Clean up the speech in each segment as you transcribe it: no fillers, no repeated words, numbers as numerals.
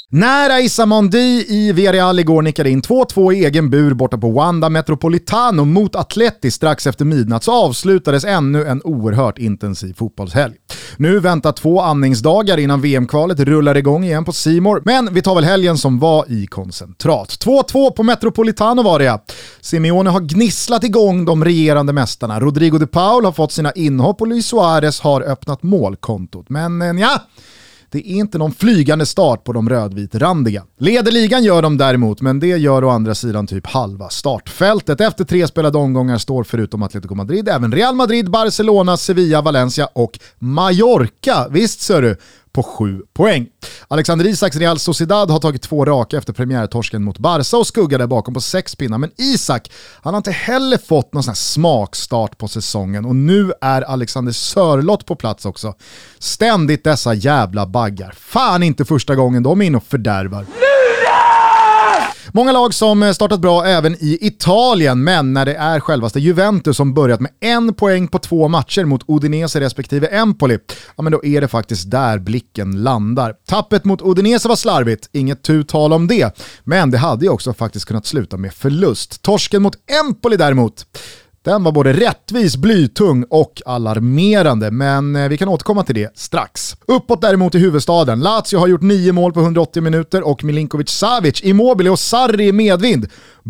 När Issa Mondi i Villarreal igår nickade in 2-2 i egen bur borta på Wanda Metropolitano mot Atleti strax efter midnatt så avslutades ännu en oerhört intensiv fotbollshelg. Nu väntar 2 andningsdagar innan VM-kvalet rullar igång igen på C More, men vi tar väl helgen som var i koncentrat. 2-2 på Metropolitano var det ja. Simeone har gnisslat igång de regerande mästarna. Rodrigo de Paul har fått sina inhopp och Luis Suarez har öppnat målkontot. Men ja, det är inte någon flygande start på de rödvitrandiga. Leder ligan gör de däremot, men det gör å andra sidan typ halva startfältet. Efter 3 spelade omgångar står förutom Atletico Madrid även Real Madrid, Barcelona, Sevilla, Valencia och Mallorca. Visst ser du, på 7 poäng. Alexander Isaks Real Sociedad har tagit 2 raka efter premiärtorsken mot Barca och skuggar där bakom på 6 pinnar. Men Isak, han har inte heller fått någon sån här smakstart på säsongen och nu är Alexander Sörlott på plats också. Ständigt dessa jävla baggar. Fan inte första gången de är in och fördärvar. Många lag som startat bra även i Italien, men när det är självaste Juventus som börjat med 1 poäng på 2 matcher mot Udinese respektive Empoli, ja men då är det faktiskt där blicken landar. Tappet mot Udinese var slarvigt, inget tal om det, men det hade ju också faktiskt kunnat sluta med förlust. Torsken mot Empoli däremot, den var både rättvis, blytung och alarmerande, men vi kan återkomma till det strax. Uppåt däremot i huvudstaden. Lazio har gjort 9 mål på 180 minuter och Milinkovic-Savic, Immobile och Sarri i medvind.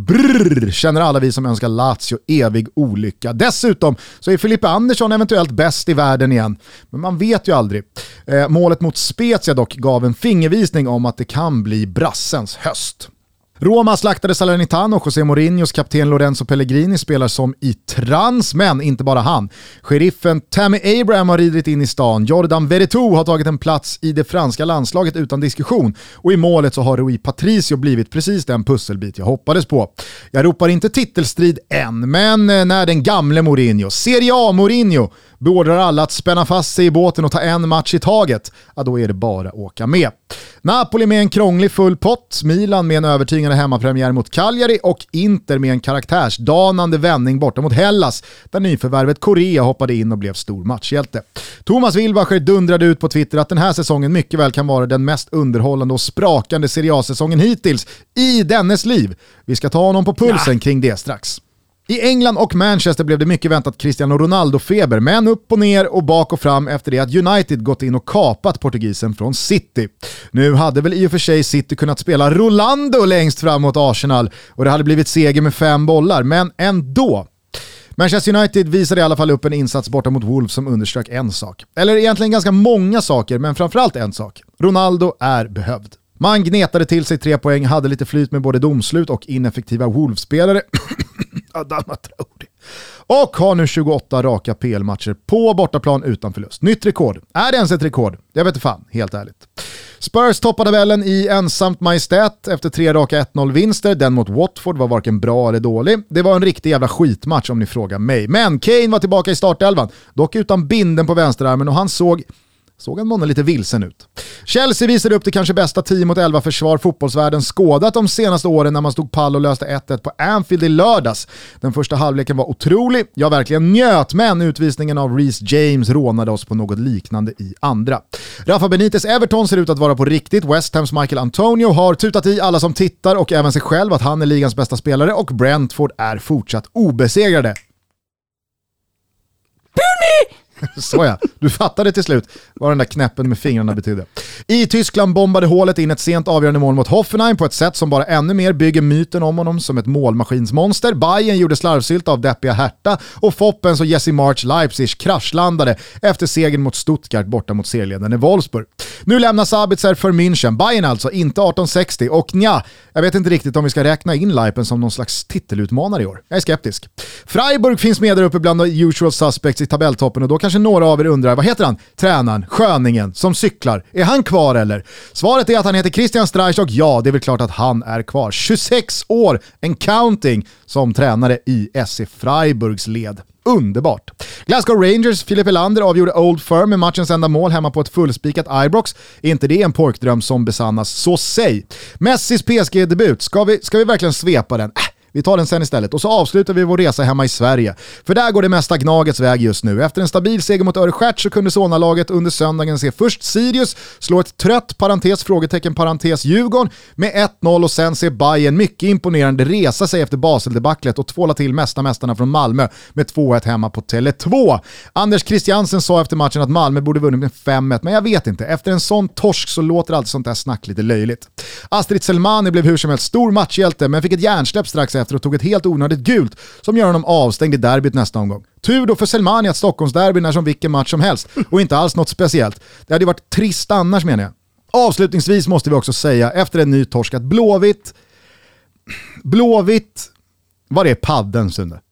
Brrr, känner alla vi som önskar Lazio evig olycka. Dessutom så är Filippe Andersson eventuellt bäst i världen igen, men man vet ju aldrig. Målet mot Spezia dock gav en fingervisning om att det kan bli brassens höst. Roma slaktade Salernitano och José Mourinhos kapten Lorenzo Pellegrini spelar som i trans, men inte bara han. Sheriffen Tammy Abraham har ridit in i stan. Jordan Veretout har tagit en plats i det franska landslaget utan diskussion. Och i målet så har Rui Patricio blivit precis den pusselbit jag hoppades på. Jag ropar inte titelstrid än, men när den gamle Mourinho, Serie A Mourinho, beordrar alla att spänna fast sig i båten och ta en match i taget, ja då är det bara att åka med. Napoli med en krånglig full pott, Milan med en övertygande hemmapremiär mot Cagliari och Inter med en karaktärsdanande vändning borta mot Hellas, där nyförvärvet Korea hoppade in och blev stor matchhjälte. Thomas Wilbacher dundrade ut på Twitter att den här säsongen mycket väl kan vara den mest underhållande och sprakande Serie A-säsongen hittills i dennes liv. Vi ska ta honom på pulsen kring det strax. I England och Manchester blev det mycket väntat Cristiano Ronaldo-feber, men upp och ner och bak och fram efter det att United gått in och kapat portugisen från City. Nu hade väl i och för sig City kunnat spela Rolando längst fram mot Arsenal och det hade blivit seger med 5 bollar, men ändå. Manchester United visade i alla fall upp en insats borta mot Wolves som underströk en sak. Eller egentligen ganska många saker, men framförallt en sak. Ronaldo är behövd. Man gnetade till sig 3 poäng, hade lite flyt med både domslut och ineffektiva Wolves-spelare. Adama Traoré. Och har nu 28 raka PL-matcher på bortaplan utan förlust. Nytt rekord. Är det ens ett rekord? Jag vet inte fan, helt ärligt. Spurs toppade tabellen i ensamt majestät efter 3 raka 1-0-vinster. Den mot Watford var varken bra eller dålig. Det var en riktig jävla skitmatch om ni frågar mig. Men Kane var tillbaka i startelvan, dock utan binden på vänsterarmen, och han såg han månne lite vilsen ut. Chelsea visade upp det kanske bästa 10 mot 11 försvar fotbollsvärlden skådat de senaste åren när man stod pall och löste 1-1 på Anfield i lördags. Den första halvleken var otrolig. Jag verkligen njöt, men utvisningen av Reece James rånade oss på något liknande i andra. Rafa Benites Everton ser ut att vara på riktigt. West Hams Michael Antonio har tutat i alla som tittar och även sig själv att han är ligans bästa spelare, och Brentford är fortsatt obesegrade. Så ja, du fattade till slut vad den där knäppen med fingrarna betydde. I Tyskland bombade hålet in ett sent avgörande mål mot Hoffenheim på ett sätt som bara ännu mer bygger myten om honom som ett målmaskinsmonster. Bayern gjorde slarvsylt av deppiga Hertha och Foppens och Jesse March Leipzig kraschlandade efter segern mot Stuttgart borta mot serieledaren i Wolfsburg. Nu lämnar Sabitzer för München. Bayern alltså, inte 1860, och jag vet inte riktigt om vi ska räkna in Leipen som någon slags titelutmanare i år. Jag är skeptisk. Freiburg finns med där uppe bland de usual suspects i tabelltoppen, och då kanske några av er undrar, vad heter han? Tränaren, sköningen, som cyklar. Är han kvar eller? Svaret är att han heter Christian Streich, och ja, det är väl klart att han är kvar. 26 år, en counting, som tränare i SC Freiburgs led. Underbart. Glasgow Rangers, Filip Elander avgjorde Old Firm med matchens enda mål hemma på ett fullspikat Ibrox. Är inte det en porkdröm som besannas? Så säg. Messis PSG-debut, ska vi verkligen svepa den? Vi tar den sen istället och så avslutar vi vår resa hemma i Sverige. För där går det mesta Gnagets väg just nu. Efter en stabil seger mot Öreschert så kunde Solna-laget under söndagen se först Sirius slå ett trött parentes Djurgården med 1-0 och sen se Bayern mycket imponerande resa sig efter Basel-debaclet och tvåla till mästarna från Malmö med 2-1 hemma på Tele2. Anders Christiansen sa efter matchen att Malmö borde vunnit med 5-1, men jag vet inte. Efter en sån torsk så låter allt sånt där snack lite löjligt. Astrid Selmani blev hur som helst stor matchhjälte men fick ett hjärnsläpp strax efter och tog ett helt onödigt gult som gör honom avstängd i derbyt nästa omgång. Tur då för Selmani att Stockholmsderbyn är som vilken match som helst och inte alls något speciellt. Det hade varit trist annars, menar jag. Avslutningsvis måste vi också säga efter en ny torsk att Blåvitt var det padden, Sunde?